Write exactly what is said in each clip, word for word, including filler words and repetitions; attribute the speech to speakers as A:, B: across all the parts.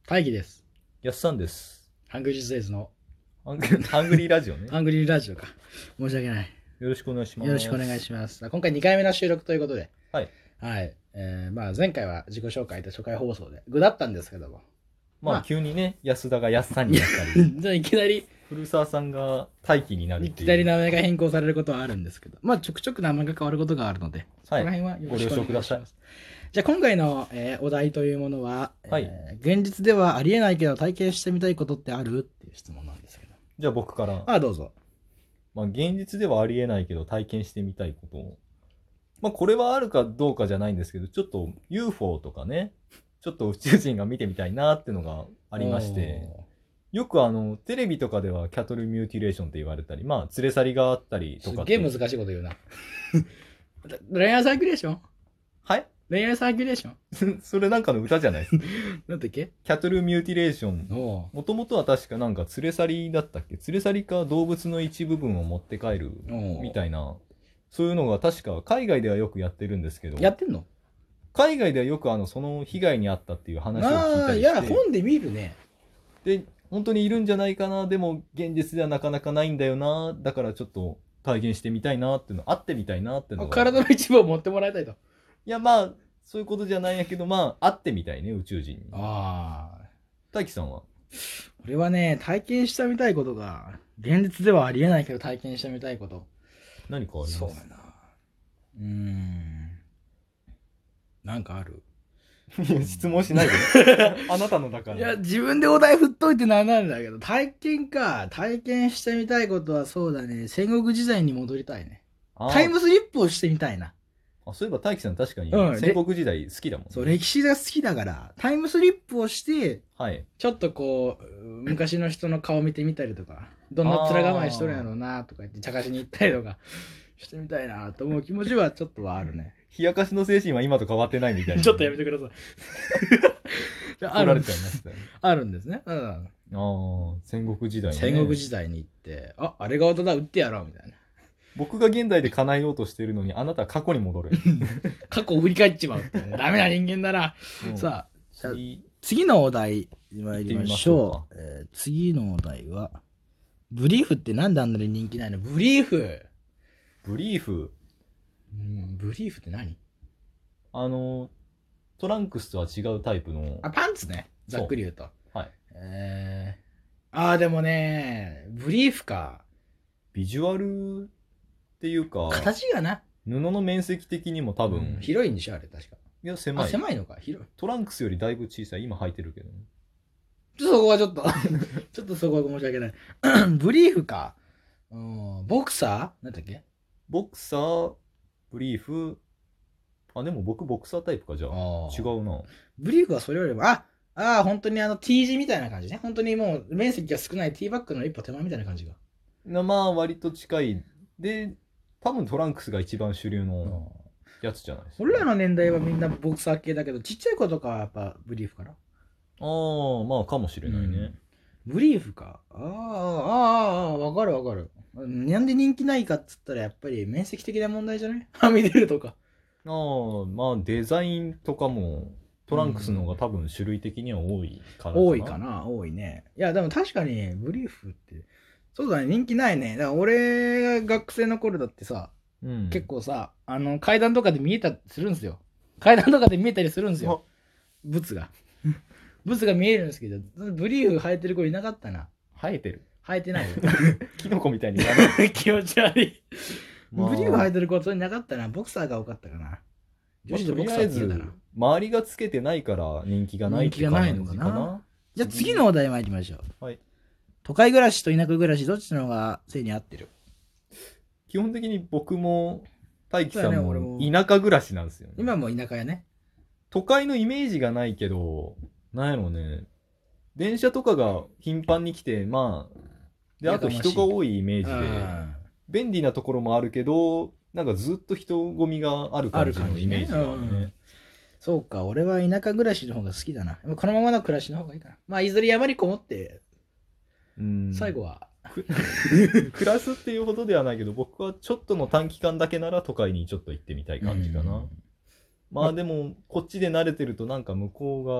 A: 大輝です。
B: やっさんです。
A: ハングリーズデイズの
B: ハングハングリーラジオね。
A: ハングリーラジオか。申し訳ない。
B: よろしくお願いします。
A: よろしくお願いします。今回にかいめの収録ということで、
B: はい。
A: はい。えー、まあ前回は自己紹介と初回放送で具だったんですけども。
B: まあ、まあ、急にね、安田がやっさんになったり、
A: じゃあいきなり、
B: 古澤さんが大輝になるっていう。
A: いきなり名前が変更されることはあるんですけど、まあちょくちょく名前が変わることがあるので、そこら辺はよろしくお願いします。ご了承ください。じゃあ今回の、えー、お題というものは、はいえー、現実ではありえないけど体験してみたいことってあるっていう質問なんですけど。
B: じゃあ僕から。
A: ああ、どうぞ。
B: まあ現実ではありえないけど体験してみたいことを。まあこれはあるかどうかじゃないんですけど、ちょっと ユーフォー とかね、ちょっと宇宙人が見てみたいなっていうのがありまして、よくあの、テレビとかではキャトルミューティレーションって言われたり、まあ連れ去りがあったりとか。
A: すげえ難しいこと言うな。恋愛サーキュレーション
B: はい
A: 恋愛サーキュレーショ
B: ンそれなんかの歌じゃないですか。
A: なんだっけ
B: キャトルミューティレーション。もともとは確かなんか連れ去りだったっけ連れ去りか動物の一部分を持って帰るみたいな。そういうのが確か海外ではよくやってるんですけど。
A: やってんの
B: 海外ではよくあのその被害に遭ったっていう話を聞いたりして。
A: ああ、いや、本で見るね。
B: で、本当にいるんじゃないかな。でも現実ではなかなかないんだよな。だからちょっと体験してみたいなっていうの、会ってみたいなっていうのが。
A: 体の一部を持ってもらいたいと。
B: いや、まあ、そういうことじゃないんやけど、まあ、会ってみたいね、宇宙人に。
A: ああ。
B: 大輝さんは
A: 俺はね、体験してみたいことが、現実ではありえないけど体験してみたいこと。
B: 何かあります？
A: そうだな。うーん。なんかある
B: 質問しないで。あなたのだから。
A: いや、自分でお題振っといてなんなんだけど、体験か。体験してみたいことはそうだね。戦国時代に戻りたいね。タイムスリップをしてみたいな。
B: あ、そういえば大輝さん確かに戦国時代好きだもんね、
A: うん、そう、歴史が好きだから、タイムスリップをして、はい、ちょっとこう、昔の人の顔見てみたりとか、どんな面構えしとるんやろうなとか言って茶化しに行ったりとかしてみたいなと思う気持ちはちょっとはあるね。
B: 冷やかしの精神は今と変わってないみたいな。
A: ちょっとやめてください。
B: 怒られちゃいましたね。
A: あるんですね。うん。
B: ああ、戦国時代ね。
A: 戦国時代に行って、あ、あれが音だ、撃ってやろうみたいな。
B: 僕が現代で叶えようとしてるのにあなたは過去に戻る。
A: 過去を振り返っちまうって、ね。ダメな人間だな。さあ、次のお題参りましょう。えー、次のお題は、ブリーフってなんであんなに人気ないの？ブリーフ
B: ブリーフ
A: うん、ブリーフって何？
B: あの、トランクスとは違うタイプの。
A: あ、パンツね。ざっくり言うと。
B: はい。
A: えー、あーでもね、ブリーフか。
B: ビジュアルっていうか、
A: 形がな。
B: 布の面積的にも多分。
A: うん、広いんでしょあれ確か。
B: いや、狭い。
A: あ、狭いのか。広い。
B: トランクスよりだいぶ小さい。今履いてるけどね。
A: そこはちょっと、ちょっとそこは申し訳ない。ブリーフか。うん、ボクサーなんだっけ？
B: ボクサー、ブリーフ、あ、でも僕ボクサータイプか、じゃあ。あ違うな。
A: ブリーフはそれよりも、あ、ああ、本当にあの T 字みたいな感じね。本当にもう面積が少ない T バッグの一歩手前みたいな感じが。
B: まあ、割と近い。で、多分トランクスが一番主流のやつじゃないですか。
A: 俺らの年代はみんなボクサー系だけど、ちっちゃい子とかはやっぱブリーフかな。
B: ああ、まあかもしれないね。
A: うん、ブリーフか。ああ、ああ、わかるわかる。なんで人気ないかっつったらやっぱり面積的な問題じゃないはみ出るとか。
B: ああ、まあデザインとかもトランクスの方が多分種類的には多いからかな。
A: 多いかな、多いね。いや、でも確かにブリーフって、そうだね、人気ないね。だから俺が学生の頃だってさ、うん、結構さ、あの階段とかで見えたりするんですよ。階段とかで見えたりするんですよ。ブツが。ブツが見えるんですけど、ブリーフ生えてる子いなかったな。
B: 生えてる
A: 生えてないよ。
B: キノコみたいに
A: 気持ち悪い。ブリーフ生えてる子はそれなかったな。ボクサーが多かったかな。
B: 女子でボクサーってたな。周りがつけてないから人気がないって感じかな。人気がないのかな。
A: じゃあ次のお題参りましょう。
B: はい。
A: 都会暮らしと田舎暮らしどっちの方が性に合ってる？
B: 基本的に僕も大輝さんも田舎暮らしなんですよね。
A: 今も田舎やね。
B: 都会のイメージがないけど、なんやろうね。電車とかが頻繁に来て、まあ、で、あと人が多いイメージで、便利なところもあるけど、なんかずっと人混みがある感じのイメージがあるね。ねうん、
A: そうか、俺は田舎暮らしの方が好きだな。このままの暮らしの方がいいかな。まあ、いずれ山にこもって、うん最後は。
B: 暮らすっていうほどではないけど、僕はちょっとの短期間だけなら都会にちょっと行ってみたい感じかな。まあでも、こっちで慣れてるとなんか向こうが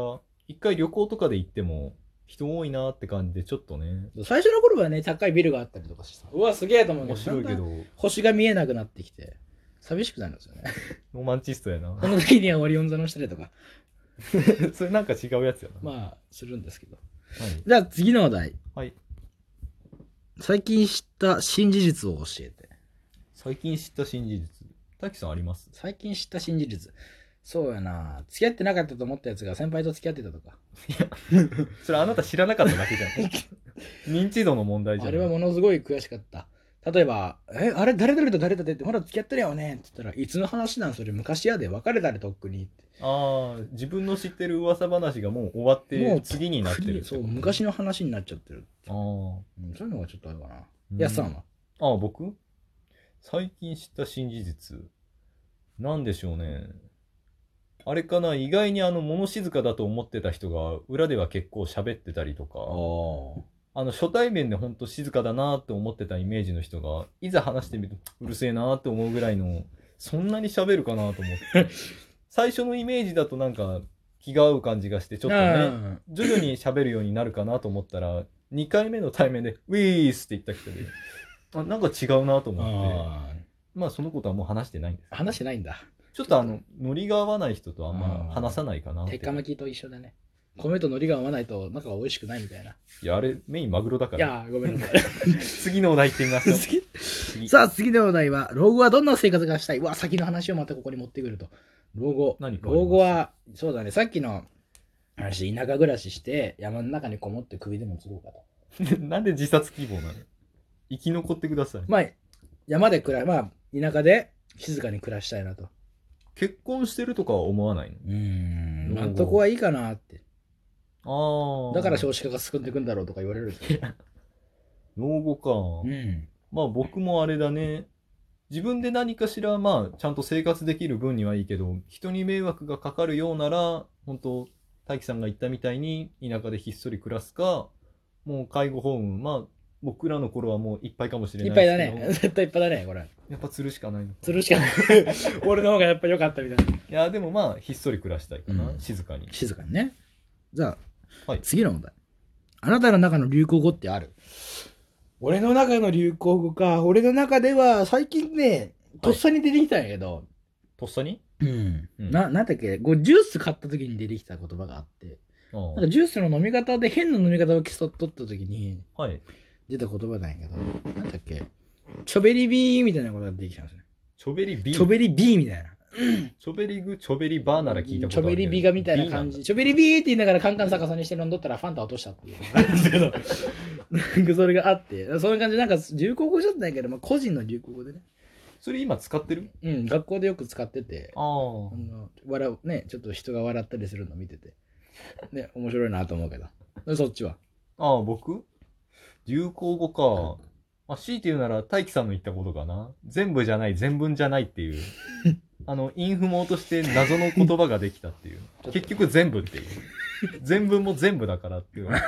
B: 一回旅行とかで行っても人多いなって感じでちょっとね。
A: 最初の頃はね、高いビルがあったりとかしてさ、うわ、すげえと思うけど、
B: 面白いけど、
A: 星が見えなくなってきて、寂しくなるんですよね。
B: ロマンチストやな。
A: この時にはオリオン座の下でとか。
B: それなんか違うやつやな。
A: まあ、するんですけど。
B: はい、
A: じゃあ次のお題。
B: はい。
A: 最近知った新事実を教えて。
B: 最近知った新事実。滝さんあります？
A: 最近知った新事実。そうやな。付き合ってなかったと思ったやつが先輩と付き合ってたとか。
B: いや、それあなた知らなかっただけじゃん。認知度の問題じゃん。
A: あれはものすごい悔しかった。例えば、え、あれ、誰々と誰だってまだ付き合ってるよねって言ったら、いつの話なんそれ昔やで別れたでとっくにって。
B: ああ、自分の知ってる噂話がもう終わって、もう次になってるって。
A: そう、昔の話になっちゃってる。ああ、うん。そういうのがちょっとあるかな。やっさんは？
B: ああ、僕最近知った新事実。なんでしょうね。あれかな、意外にあの、物静かだと思ってた人が、裏では結構喋ってたりとか、あの、初対面でほんと静かだなって思ってたイメージの人が、いざ話してみると、うるせえなって思うぐらいの、そんなに喋るかなと思って。最初のイメージだとなんか、気が合う感じがして、ちょっとね、徐々に喋るようになるかなと思ったら、にかいめの対面で、ウィースって言った人で、あ、なんか違うなと思って、まあそのことはもう話してないんです。
A: 話してないんだ。
B: ちょっとあの、ノリが合わない人とあんま話さないかなって。
A: 鉄火巻きと一緒だね。米と海苔が合わないと中が美味しくないみたいな。
B: いや、あれ、メインマグロだから。
A: いやー、ごめんなさい。
B: 次のお題行ってみましょう。
A: 次さあ、次のお題は、老後はどんな生活がしたい？うわ、先の話をまたここに持ってくると。老後。
B: 何か
A: 老後は、そうだね、さっきの話、田舎暮らしして、山の中にこもって首でもつろうか
B: と。なんで自殺希望なの？生き残ってください。
A: まあ、山で暮ら、まあ、田舎で静かに暮らしたいなと。
B: 結婚してるとかは思わないの？
A: うーん、まあ、そこはいいかなって。
B: ああ。
A: だから少子化が進んでいくんだろうとか言われるんですよ。
B: 老後か。うん。まあ僕もあれだね。自分で何かしら、まあ、ちゃんと生活できる分にはいいけど、人に迷惑がかかるようなら、本当大樹さんが言ったみたいに、田舎でひっそり暮らすか、もう介護ホーム、まあ、僕らの頃はもういっぱいかもしれないですけど。
A: いっぱいだね。絶対いっぱいだね、これ。
B: やっぱ釣るしかないの。
A: 釣るしかない。俺の方がやっぱ良かったみたいな。い
B: や、でもまあ、ひっそり暮らしたいかな。うん、静かに。
A: 静かにね。じゃあ、
B: はい、
A: 次の問題。あなたの中の流行語ってある？俺の中の流行語か。俺の中では最近ね、とっさに出てきたんやけど。はい、
B: とっさに？
A: うん。うん、な、なんだっけ、こうジュース買った時に出てきた言葉があって、なんかジュースの飲み方で変な飲み方を競っとった時に、出た言葉なんやけど、なんだっけ、チョベリビーみたいなことが出てきたんですね。
B: チョベリビー
A: チョベリビーみたいな。
B: チョベリグ、チョベリバーなら聞いたことある。
A: チョベリビガみたいな感じ。チョベリビーって言いながらカンカン逆さにして飲んどったらファンタ落としたっていうのがあるんですけど、なんかそれがあって、そういう感じでなんか流行語じゃないけど、まあ、個人の流行語でね。
B: それ今使ってる？
A: うん、学校でよく使ってて、
B: ああの
A: 笑うね、ちょっと人が笑ったりするの見てて、ね、面白いなと思うけど。そっちは？
B: ああ、僕？流行語か。まあ、強いて言うなら大樹さんの言ったことかな。全部じゃない、全文じゃないっていう。あの、インフモとして謎の言葉ができたっていう。結局全部っていう。全文も全部だからって思って、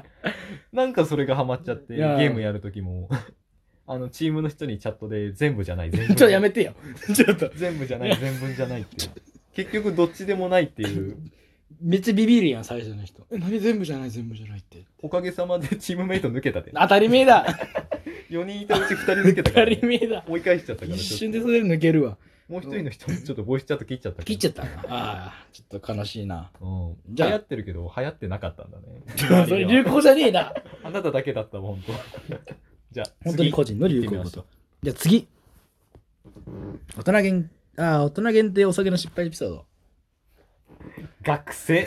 B: なんかそれがハマっちゃって、ゲームやるときも、あの、チームの人にチャットで全部じゃない、全部。
A: ちょっとやめてよ。ちょっと。
B: 全部じゃない、全文じゃないっていう。結局どっちでもないっていう。
A: めっちゃビビるやん、最初の人。え、何全部じゃない、全部じゃないって。
B: おかげさまでチームメイト抜けたで。
A: 当たり前だ。
B: よにんいたうちふたり抜けたから、ね。
A: 当たり前だ。
B: 追い返しちゃったから。
A: 一瞬でそれ抜けるわ。
B: もう一人の人もちょっとボイスチャット切っちゃったから。
A: 切っちゃったな。ああ、ちょっと悲しいな。
B: うん。じゃあ流行ってるけど、流行ってなかったんだ
A: ね。それ流行じゃねえな。
B: あなただけだったもん、ほんと。じゃあ、
A: 本当に個人の流行語と。じゃあ次。大人限、ああ、大人限定お酒の失敗エピソード。
B: 学生。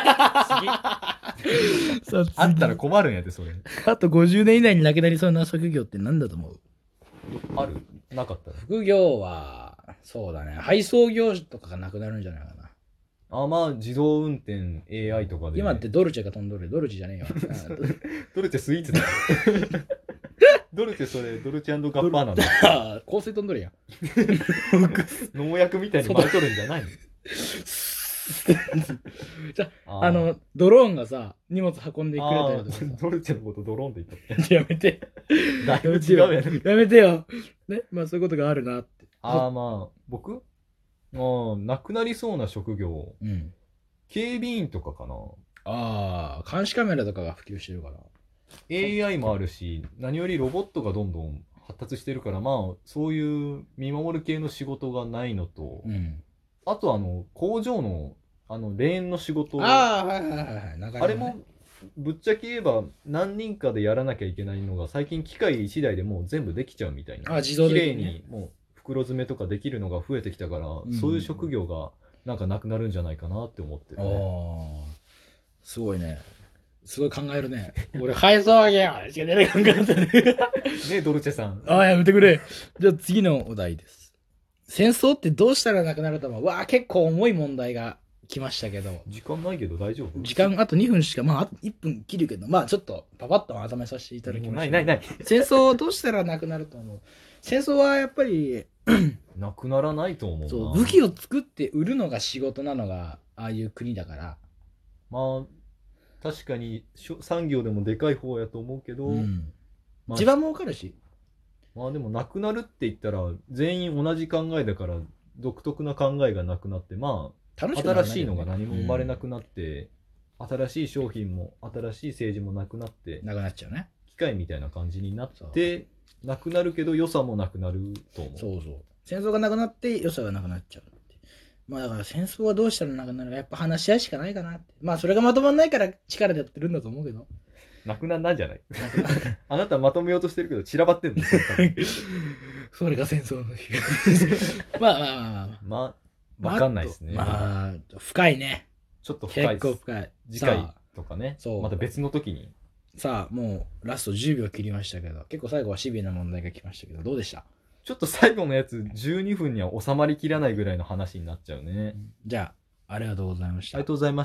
B: 次。あったら困るんやで、それ。
A: あとごじゅうねん以内になくなりそうな職業って何だと思う？
B: ある？なかったら。
A: 副業は、そうだね。配送業とかがなくなるんじゃないかな。
B: あ、まあ、自動運転 エーアイ とかで。
A: 今ってドルチェが飛んどる。ドルチェじゃねえよ。
B: ドルチェスイーツだよ。ドルチェそれ、ドルチェ&ガッパーなんだ。
A: ああ、香水飛んどるやん。
B: 農薬みたいに巻いとるんじゃないの？
A: じゃあ、あの、ドローンがさ、荷物運んでくれたりとかさ。
B: ドルチェのことドローンって言ったっ
A: け？やめて。
B: だいぶ違うやん。
A: やめてよ。ね、まあそういうことがあるなって。
B: ああ、まあ、僕ああ、なくなりそうな職業。
A: うん。
B: 警備員とかかな。
A: ああ、監視カメラとかが普及してるから。
B: エーアイ もあるし、何よりロボットがどんどん発達してるから、まあ、そういう見守る系の仕事がないのと、
A: うん。
B: あとあの、工場の、あの、レーンの仕事。
A: ああ、はいはいはいはい。なかなかね
B: あれも、ぶっちゃけ言えば何人かでやらなきゃいけないのが、最近機械一台でもう全部できちゃうみたいな。
A: あ、自動
B: 綺麗
A: 的にね
B: にもう袋詰めとかできるのが増えてきたから、
A: ん
B: そういう職業がなんかなくなるんじゃないかなって思ってるね。
A: ああ、すごいね。すごい考えるね。俺、配送あげよしか出てこんかったね。
B: ね、ドルチェさん。
A: ああ、やめてくれ。じゃあ次のお題です。戦争ってどうしたらなくなると思う？わあ、結構重い問題が来ましたけど。
B: 時間ないけど大丈夫？
A: 時間あとにふんしか、まあ、あといっぷん切るけど、まあ、ちょっとパパッとまとめさせていただきました。
B: ないないない。
A: 戦争どうしたらなくなると思う？戦争はやっぱり
B: なくならないと思うな。
A: そう、武器を作って売るのが仕事なのが、ああいう国だから。
B: まあ、確かにしょ産業でもでかい方やと思うけど、
A: うん。
B: まあ
A: 一番儲かるし。
B: まあでもなくなるって言ったら全員同じ考えだから独特な考えがなくなって、まあ
A: 楽しくならないよね
B: 新しいのが何も生まれなくなって、新しい商品も新しい政治もなくなって
A: なくなっちゃうね。
B: 機械みたいな感じになってなくなるけど良さもなくなると思う。
A: そうそう。戦争がなくなって良さがなくなっちゃうって。まあだから戦争はどうしたらなくなるか、やっぱ話し合いしかないかなって。まあそれがまとまんないから力でやってるんだと思うけど。
B: なくならないんじゃないあなたまとめようとしてるけど散らばってんの
A: それが戦争の日。まあまあまあまあ。
B: まあわかんないですね。
A: まあ、深いね。
B: ちょっと深い
A: 結
B: です。
A: 構深い。
B: 次回とかね、
A: そう
B: また別の時に。
A: さあ、もうラストじゅうびょう切りましたけど、結構最後はシビアな問題が来ましたけど、どうでした？
B: ちょっと最後のやつじゅうにふんには収まりきらないぐらいの話になっちゃうね。
A: じゃあ、ありがとうございました。
B: ありがとうございました。